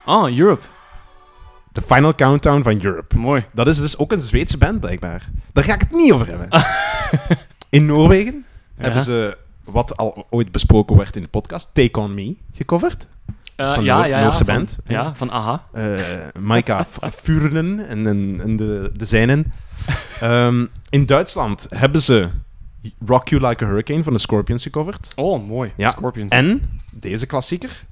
Ah, Europe. De Final Countdown van Europe. Mooi. Dat is dus ook een Zweedse band, blijkbaar. Daar ga ik het niet over hebben. In Noorwegen hebben ze, wat al ooit besproken werd in de podcast, Take On Me gecoverd. Dus van Noorse band. Van AHA. Maika Furnen en de zijnen. In Duitsland hebben ze Rock You Like a Hurricane van de Scorpions gecoverd. Oh, mooi. Ja. Scorpions. En, deze klassieker,